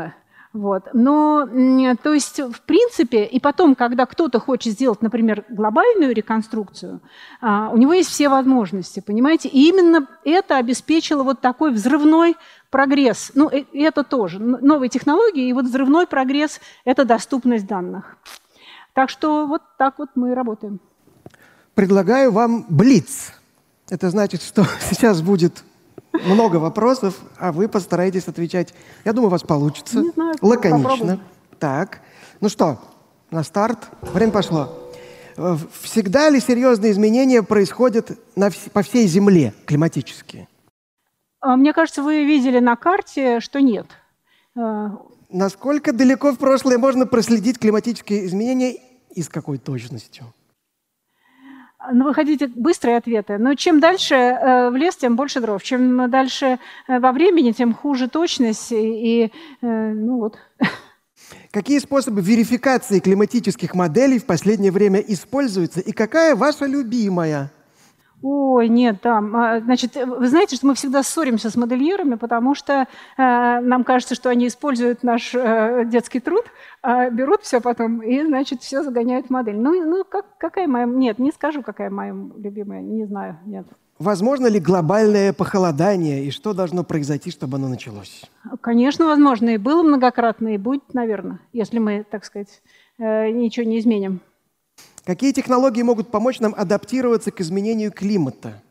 [SPEAKER 3] Вот. Но, то есть, в принципе, и потом, когда кто-то хочет сделать, например, глобальную реконструкцию, у него есть все возможности, понимаете? И именно это обеспечило вот такой взрывной прогресс. Ну, и это тоже. Новые технологии и вот взрывной прогресс – это доступность данных. Так что вот так вот мы работаем.
[SPEAKER 2] Предлагаю вам блиц. Это значит, что сейчас будет много вопросов, а вы постараетесь отвечать. Я думаю, у вас получится.
[SPEAKER 3] Не знаю,
[SPEAKER 2] лаконично.
[SPEAKER 3] попробуем.
[SPEAKER 2] Так, ну что, на старт. Время пошло. Всегда ли серьезные изменения происходят на вс- по всей Земле, климатические?
[SPEAKER 3] Мне кажется, вы видели на карте, что нет.
[SPEAKER 2] Насколько далеко в прошлое можно проследить климатические изменения и с какой точностью?
[SPEAKER 3] Ну, вы хотите быстрые ответы. Но чем дальше э, в лес, тем больше дров. Чем дальше э, во времени, тем хуже точность. И, и э, ну вот.
[SPEAKER 2] Какие способы верификации климатических моделей в последнее время используются? И какая ваша любимая?
[SPEAKER 3] Ой, нет, там, значит, вы знаете, что мы всегда ссоримся с модельерами, потому что э, нам кажется, что они используют наш э, детский труд, э, берут все потом и, значит, все загоняют в модель. Ну, ну как, какая моя... Нет, не скажу, какая моя любимая, не знаю, нет.
[SPEAKER 2] Возможно ли глобальное похолодание и что должно произойти, чтобы оно началось?
[SPEAKER 3] Конечно, возможно, и было многократно, и будет, наверное, если мы, так сказать, э, ничего не изменим.
[SPEAKER 2] Какие технологии могут помочь нам адаптироваться к изменению климата?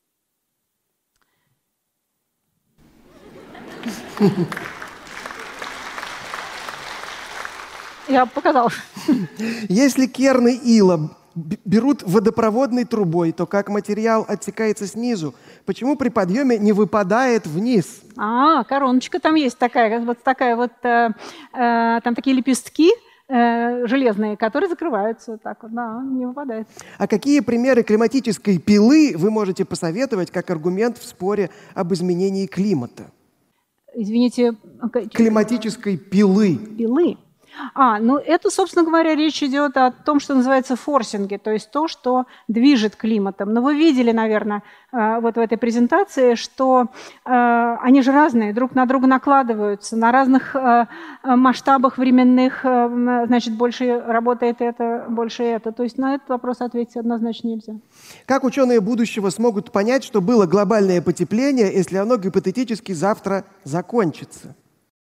[SPEAKER 3] Я показала.
[SPEAKER 2] Если керны ила б- берут водопроводной трубой, то как материал оттекается снизу? Почему при подъеме не выпадает вниз?
[SPEAKER 3] А, короночка там есть такая, вот такая вот, э, э, там такие лепестки, э, железные, которые закрываются, так вот, да, не выпадает.
[SPEAKER 2] А какие примеры климатической пилы вы можете посоветовать как аргумент в споре об изменении климата?
[SPEAKER 3] Извините,
[SPEAKER 2] Климатической пилы.
[SPEAKER 3] пилы. А, ну это, собственно говоря, речь идет о том, что называется форсинги, то есть то, что движет климатом. Но вы видели, наверное, вот в этой презентации, что они же разные, друг на друга накладываются, на разных масштабах временных, значит, больше работает это, больше это. То есть на этот вопрос ответить однозначно нельзя.
[SPEAKER 2] Как ученые будущего смогут понять, что было глобальное потепление, если оно гипотетически завтра закончится?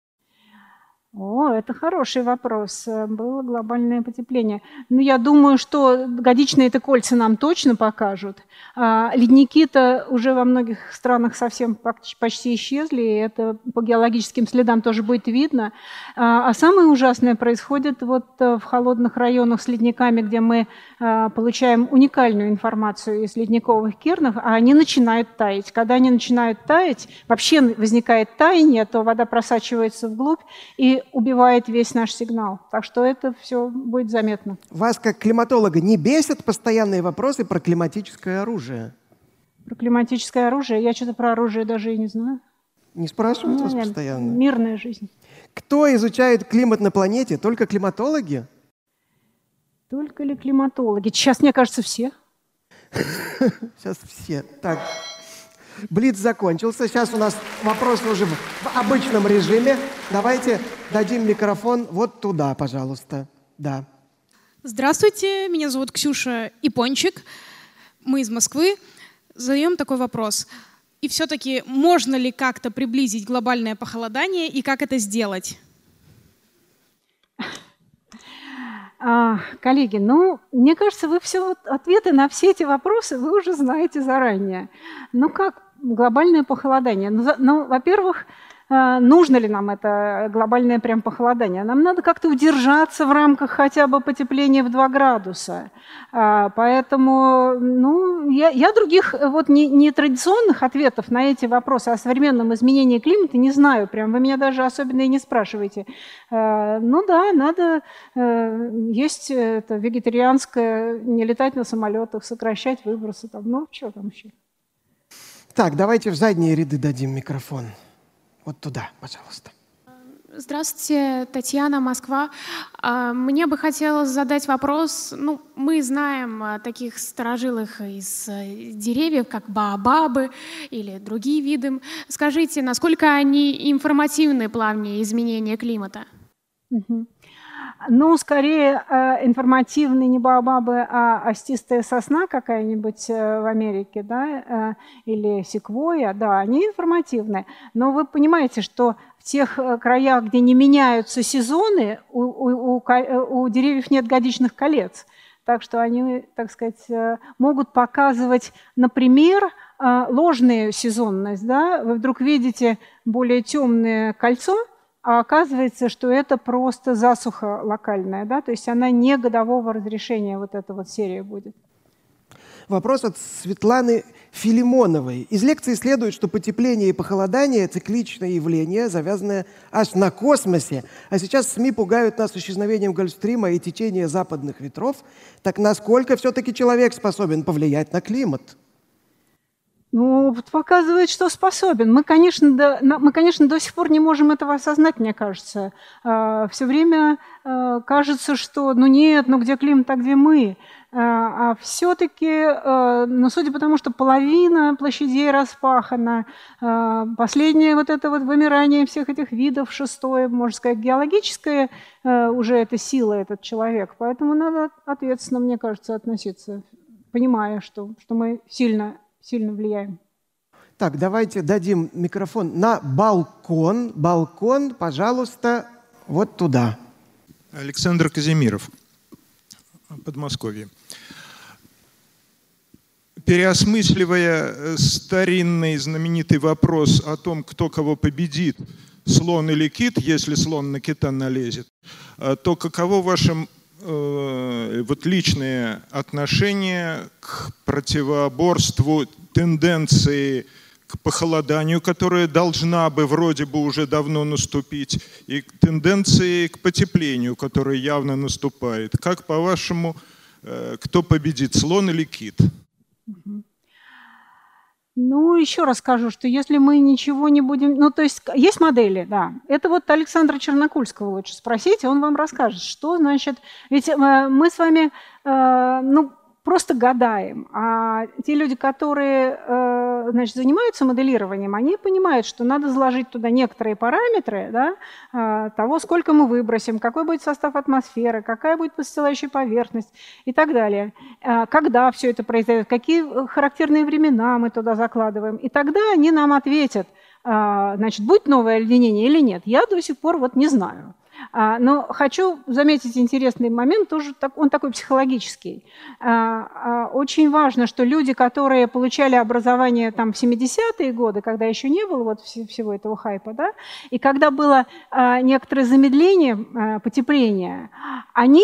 [SPEAKER 3] О, это хороший вопрос. Было глобальное потепление. Ну, я думаю, что годичные-то кольца нам точно покажут. А ледники-то уже во многих странах совсем почти исчезли, и это по геологическим следам тоже будет видно. А, а самое ужасное происходит вот в холодных районах с ледниками, где мы а, получаем уникальную информацию из ледниковых кернов, а они начинают таять. Когда они начинают таять, вообще возникает таяние, то вода просачивается вглубь, и убивает весь наш сигнал. Так что это все будет заметно.
[SPEAKER 2] Вас, как климатолога, не бесят постоянные вопросы про климатическое оружие?
[SPEAKER 3] Про климатическое оружие? Я что-то про оружие даже и не знаю.
[SPEAKER 2] Не спрашивают
[SPEAKER 3] Ну,
[SPEAKER 2] вас
[SPEAKER 3] нет,
[SPEAKER 2] постоянно?
[SPEAKER 3] Мирная жизнь.
[SPEAKER 2] Кто изучает климат на планете? Только климатологи?
[SPEAKER 3] Только ли климатологи? Сейчас, мне кажется, все.
[SPEAKER 2] Сейчас все. Так, блиц закончился. Сейчас у нас вопросы уже в обычном режиме. Давайте дадим микрофон вот туда, пожалуйста. Да.
[SPEAKER 5] Здравствуйте, меня зовут Ксюша Ипончик. Мы из Москвы. Задаем такой вопрос. И все-таки можно ли как-то приблизить глобальное похолодание и как это сделать?
[SPEAKER 3] А, коллеги, ну, мне кажется, вы все вот ответы на все эти вопросы вы уже знаете заранее. Ну как глобальное похолодание? Ну, за, ну во-первых, нужно ли нам это глобальное прям похолодание? Нам надо как-то удержаться в рамках хотя бы потепления в два градуса. Поэтому ну, я, я других вот не, не традиционных ответов на эти вопросы о современном изменении климата не знаю. Прям вы меня даже особенно и не спрашиваете. Ну да, надо есть это вегетарианское, не летать на самолетах, сокращать выбросы. Там, ну, что там еще?
[SPEAKER 2] Так, давайте в задние ряды дадим микрофон. Вот туда, пожалуйста.
[SPEAKER 6] Здравствуйте, Татьяна, Москва. Мне бы хотелось задать вопрос. Ну, мы знаем таких старожилых из деревьев, как баобабы или другие виды. Скажите, насколько они информативны в плане изменения климата?
[SPEAKER 3] Угу. Ну, скорее э, информативные не баобабы, а остистая сосна какая-нибудь э, в Америке, да, э, или секвойя, да, они информативные. Но вы понимаете, что в тех э, краях, где не меняются сезоны, у, у, у, у деревьев нет годичных колец. Так что они, так сказать, э, могут показывать, например, э, ложную сезонность. Да? Вы вдруг видите более темное кольцо, а оказывается, что это просто засуха локальная, да, то есть она не годового разрешения, вот эта вот серия будет.
[SPEAKER 2] Вопрос от Светланы Филимоновой. Из лекции следует, что потепление и похолодание – цикличное явление, завязанное аж на космосе. А сейчас СМИ пугают нас исчезновением Гольфстрима и течения западных ветров. Так насколько все-таки человек способен повлиять на климат?
[SPEAKER 3] Ну, вот показывает, что способен. Мы, конечно, до, мы, конечно, до сих пор не можем этого осознать, мне кажется. Все время кажется, что ну нет, ну где климат, а где мы? А все-таки, ну, судя по тому, что половина площадей распахана, последнее вот это вот вымирание всех этих видов, шестое, можно сказать, геологическое, уже это сила, этот человек. Поэтому надо ответственно, мне кажется, относиться, понимая, что, что мы сильно... сильно влияем.
[SPEAKER 2] Так, давайте дадим микрофон на балкон. Балкон, пожалуйста, вот туда.
[SPEAKER 7] Александр Казимиров, Подмосковье. Переосмысливая старинный знаменитый вопрос о том, кто кого победит, слон или кит, если слон на кита налезет, то каково ваше вот личные отношения к противоборству тенденции к похолоданию, которая должна бы вроде бы уже давно наступить, и к тенденции к потеплению, которая явно наступает. Как, по-вашему, кто победит, слон или кит?
[SPEAKER 3] Ну, еще раз скажу, что если мы ничего не будем... Ну, то есть есть модели, да. Это вот Александра Чернокульского лучше спросите, он вам расскажет, что значит... Ведь мы с вами, ну, просто гадаем. А те люди, которые, значит, занимаются моделированием, они понимают, что надо заложить туда некоторые параметры, да, того, сколько мы выбросим, какой будет состав атмосферы, какая будет постилающая поверхность и так далее. Когда все это произойдет, какие характерные времена мы туда закладываем. И тогда они нам ответят, значит, будет новое оледенение или нет. Я до сих пор вот не знаю. Но хочу заметить интересный момент, тоже он такой психологический. Очень важно, что люди, которые получали образование там, в семидесятые годы, когда еще не было вот всего этого хайпа, да, и когда было некоторое замедление потепления, они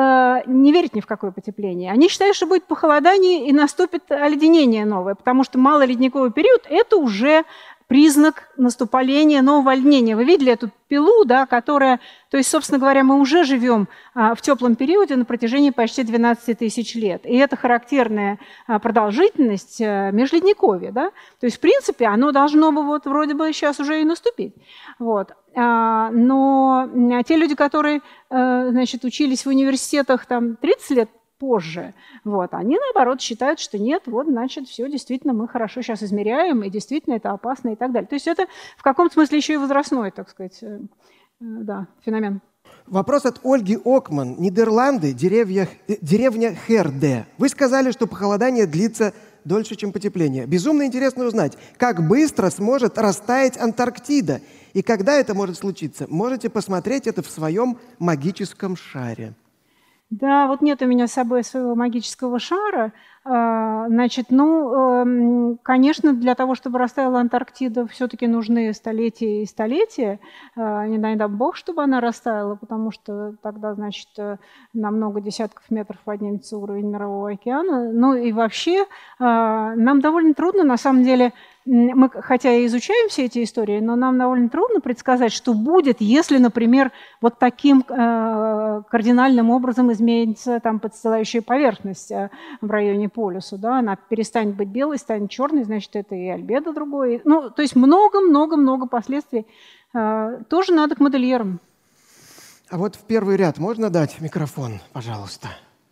[SPEAKER 3] не верят ни в какое потепление. Они считают, что будет похолодание и наступит оледенение новое, потому что малоледниковый период – это уже признак наступления нового оледенения. Вы видели эту пилу, да, которая... То есть, собственно говоря, мы уже живем а, в теплом периоде на протяжении почти двенадцати тысяч лет. И это характерная а, продолжительность а, межледниковья. Да? То есть, в принципе, оно должно бы вот вроде бы сейчас уже и наступить. Вот. А, но а, те люди, которые а, значит, учились в университетах там, тридцать лет позже, вот, они, наоборот, считают, что нет, вот, значит, все, действительно, мы хорошо сейчас измеряем, и действительно это опасно и так далее. То есть это в каком-то смысле еще и возрастной, так сказать, э, э, да, феномен.
[SPEAKER 2] Вопрос от Ольги Окман. Нидерланды, деревья, э, деревня Херде. Вы сказали, что похолодание длится дольше, чем потепление. Безумно интересно узнать, как быстро сможет растаять Антарктида, и когда это может случиться. Можете посмотреть это в своем магическом шаре.
[SPEAKER 3] Да, вот нет у меня с собой своего магического шара. Значит, ну, конечно, для того, чтобы растаяла Антарктида, все-таки нужны столетия и столетия. Не дай нам Бог, чтобы она растаяла, потому что тогда, значит, на много десятков метров поднимется уровень Мирового океана. Ну и вообще нам довольно трудно, на самом деле, мы, хотя и изучаем все эти истории, но нам довольно трудно предсказать, что будет, если, например, вот таким э, кардинальным образом изменится там подстилающая поверхность э, в районе полюса. Да? Она перестанет быть белой, станет черной, значит, это и альбедо другое. Ну, то есть много-много-много последствий. Э, тоже надо к модельерам.
[SPEAKER 2] А вот в первый ряд можно дать микрофон, пожалуйста?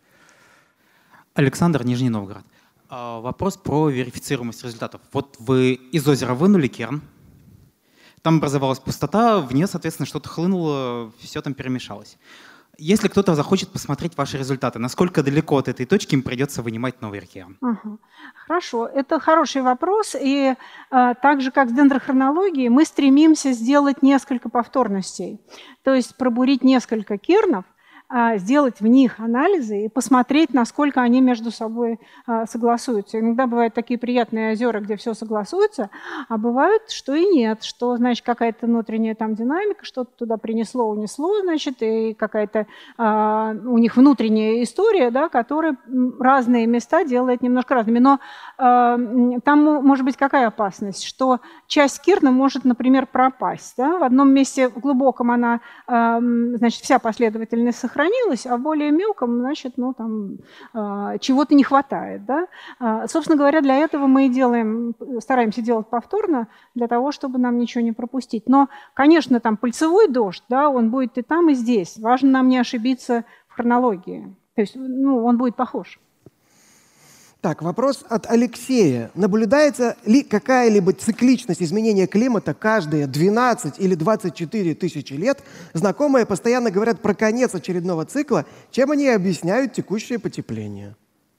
[SPEAKER 8] Александр, Нижний Новгород. Вопрос про верифицируемость результатов. Вот вы из озера вынули керн, там образовалась пустота, в нее, соответственно, что-то хлынуло, все там перемешалось. Если кто-то захочет посмотреть ваши результаты, насколько далеко от этой точки им придется вынимать новый археон?
[SPEAKER 3] Ага. Хорошо, это хороший вопрос. И а, так же, как с дендрохронологией, мы стремимся сделать несколько повторностей. То есть пробурить несколько кернов, а, сделать в них анализы и посмотреть, насколько они между собой а, согласуются. Иногда бывают такие приятные озера, где все согласуется, а бывают, что и нет, что, значит, какая-то внутренняя там динамика, что-то туда принесло, унесло, значит, и какая-то а, у них внутренняя история, да, которая разные места делает немножко разными. Но а, там может быть какая опасность, что часть керна может, например, пропасть. Да? В одном месте в глубоком она, а, значит, вся последовательность сохраняется, а в более мелком, значит, ну, там, э, чего-то не хватает. Да? Э, собственно говоря, для этого мы и делаем, стараемся делать повторно, для того, чтобы нам ничего не пропустить. Но, конечно, там пыльцевой дождь, да, он будет и там, и здесь. Важно нам не ошибиться в хронологии. То есть, ну, он будет похож.
[SPEAKER 2] Так, вопрос от Алексея. Наблюдается ли какая-либо цикличность изменения климата каждые двенадцать или двадцать четыре тысячи лет? Знакомые постоянно говорят про конец очередного цикла. Чем они объясняют текущее потепление?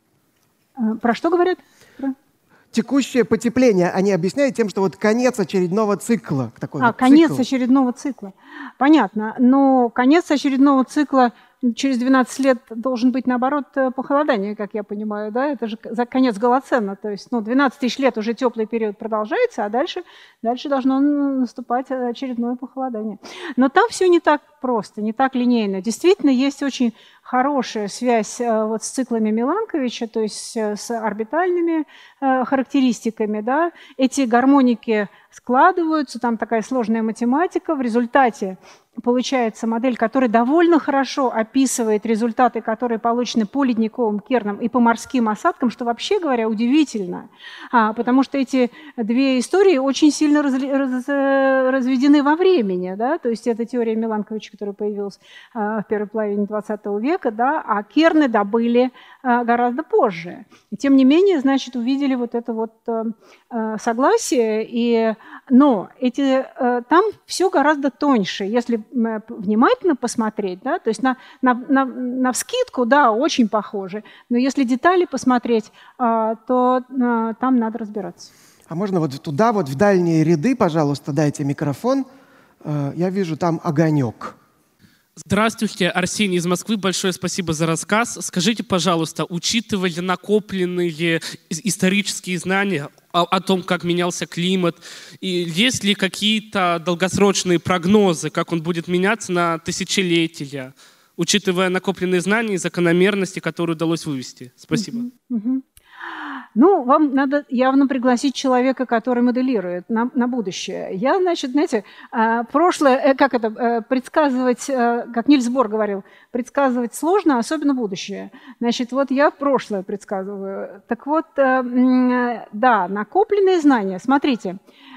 [SPEAKER 3] Про что говорят? Про...
[SPEAKER 2] Текущее потепление они объясняют тем, что вот конец очередного цикла. Такой
[SPEAKER 3] а,
[SPEAKER 2] вот
[SPEAKER 3] конец
[SPEAKER 2] цикл.
[SPEAKER 3] очередного цикла. Понятно. Но конец очередного цикла через двенадцать лет должен быть, наоборот, похолодание, как я понимаю, да, это же за конец Голоцена, то есть, ну, двенадцать тысяч лет уже теплый период продолжается, а дальше, дальше должно наступать очередное похолодание. Но там все не так просто, не так линейно. Действительно, есть очень хорошая связь вот с циклами Миланковича, то есть с орбитальными характеристиками, да. Эти гармоники складываются, там такая сложная математика, в результате получается модель, которая довольно хорошо описывает результаты, которые получены по ледниковым кернам и по морским осадкам, что вообще говоря удивительно, а, потому что эти две истории очень сильно раз, раз, разведены во времени, да? То есть это теория Миланковича, которая появилась а, в первой половине двадцатого века, да? А керны добыли а, гораздо позже. И, тем не менее, значит, увидели вот это вот а, согласие, и, но эти, а, там все гораздо тоньше, если внимательно посмотреть, да, то есть на, на, на, на вскидку, да, очень похожи, но если детали посмотреть, а, то а, там надо разбираться.
[SPEAKER 2] А можно вот туда, вот в дальние ряды, пожалуйста, дайте микрофон. А, я вижу там огонек.
[SPEAKER 9] Здравствуйте, Арсений из Москвы. Большое спасибо за рассказ. Скажите, пожалуйста, учитывая накопленные исторические знания о, о том, как менялся климат, и есть ли какие-то долгосрочные прогнозы, как он будет меняться на тысячелетия, учитывая накопленные знания и закономерности, которые удалось вывести? Спасибо.
[SPEAKER 3] Uh-huh, uh-huh. Ну, вам надо явно пригласить человека, который моделирует на, на будущее. Я, значит, знаете, прошлое, как это, предсказывать, как Нильс Бор говорил, предсказывать сложно, особенно будущее. Значит, вот я прошлое предсказываю. Так вот, да, накопленные знания. Смотрите,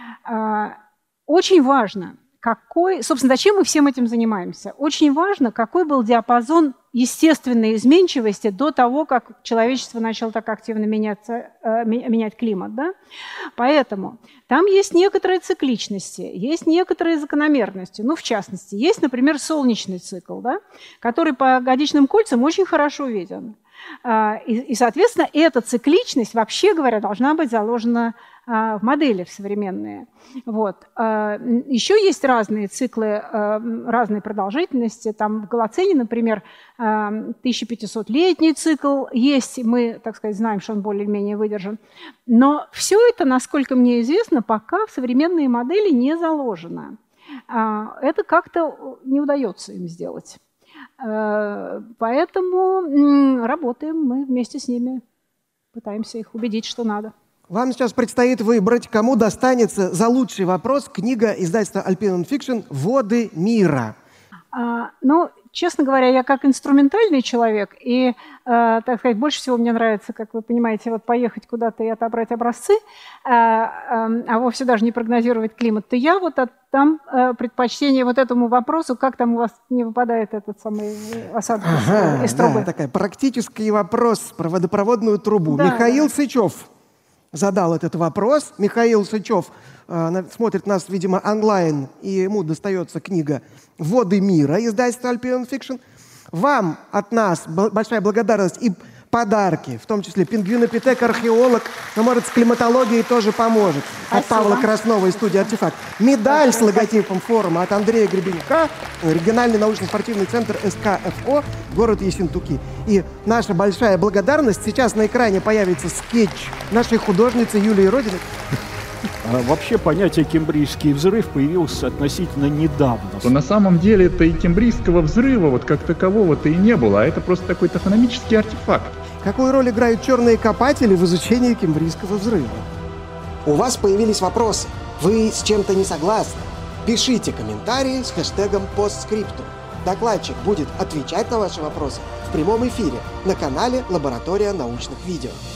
[SPEAKER 3] очень важно, какой, собственно, зачем мы всем этим занимаемся? Очень важно, какой был диапазон естественной изменчивости до того, как человечество начало так активно меняться, менять климат. Да? Поэтому там есть некоторые цикличности, есть некоторые закономерности. Ну, в частности, есть, например, солнечный цикл, да? Который по годичным кольцам очень хорошо виден. И, и, соответственно, эта цикличность, вообще говоря, должна быть заложена в модели в современные. Вот. Еще есть разные циклы, разной продолжительности. Там в Голоцене, например, тысяча пятисотлетний цикл есть, мы, так сказать, знаем, что он более-менее выдержан. Но все это, насколько мне известно, пока в современные модели не заложено. Это как-то не удается им сделать. Поэтому работаем мы вместе с ними, пытаемся их убедить, что надо.
[SPEAKER 2] Вам сейчас предстоит выбрать, кому достанется за лучший вопрос книга издательства Alpine Non-Fiction «Воды мира».
[SPEAKER 3] А, ну, честно говоря, я как инструментальный человек, и, э, так сказать, больше всего мне нравится, как вы понимаете, вот поехать куда-то и отобрать образцы, э, э, а вовсе даже не прогнозировать климат, то я вот отдам э, предпочтение вот этому вопросу, как там у вас не выпадает этот самый осадок ага, из трубы.
[SPEAKER 2] Да, такой практический вопрос про водопроводную трубу.
[SPEAKER 3] Да,
[SPEAKER 2] Михаил
[SPEAKER 3] да.
[SPEAKER 2] Сычев. задал этот вопрос. Михаил Сычев э, смотрит нас, видимо, онлайн, и ему достается книга «Воды мира» издательства Alpion Fiction. Вам от нас большая благодарность и подарки, в том числе пингвинопитек, археолог, но, может, с климатологией тоже поможет. Спасибо. От Павла Краснова из студии «Артефакт». Медаль Спасибо. С логотипом форума от Андрея Гребенюка, региональный научно-спортивный центр эс ка эф о, город Ессентуки. И наша большая благодарность. Сейчас на экране появится скетч нашей художницы Юлии Родиной.
[SPEAKER 10] А вообще понятие «кембрийский взрыв» появилось относительно недавно.
[SPEAKER 11] На самом деле это и кембрийского взрыва вот как такового-то и не было, а это просто такой топономический артефакт.
[SPEAKER 2] Какую роль играют черные копатели в изучении кембрийского взрыва? У вас появились вопросы. Вы с чем-то не согласны? Пишите комментарии с хэштегом постскриптум. Докладчик будет отвечать на ваши вопросы в прямом эфире на канале «Лаборатория научных видео».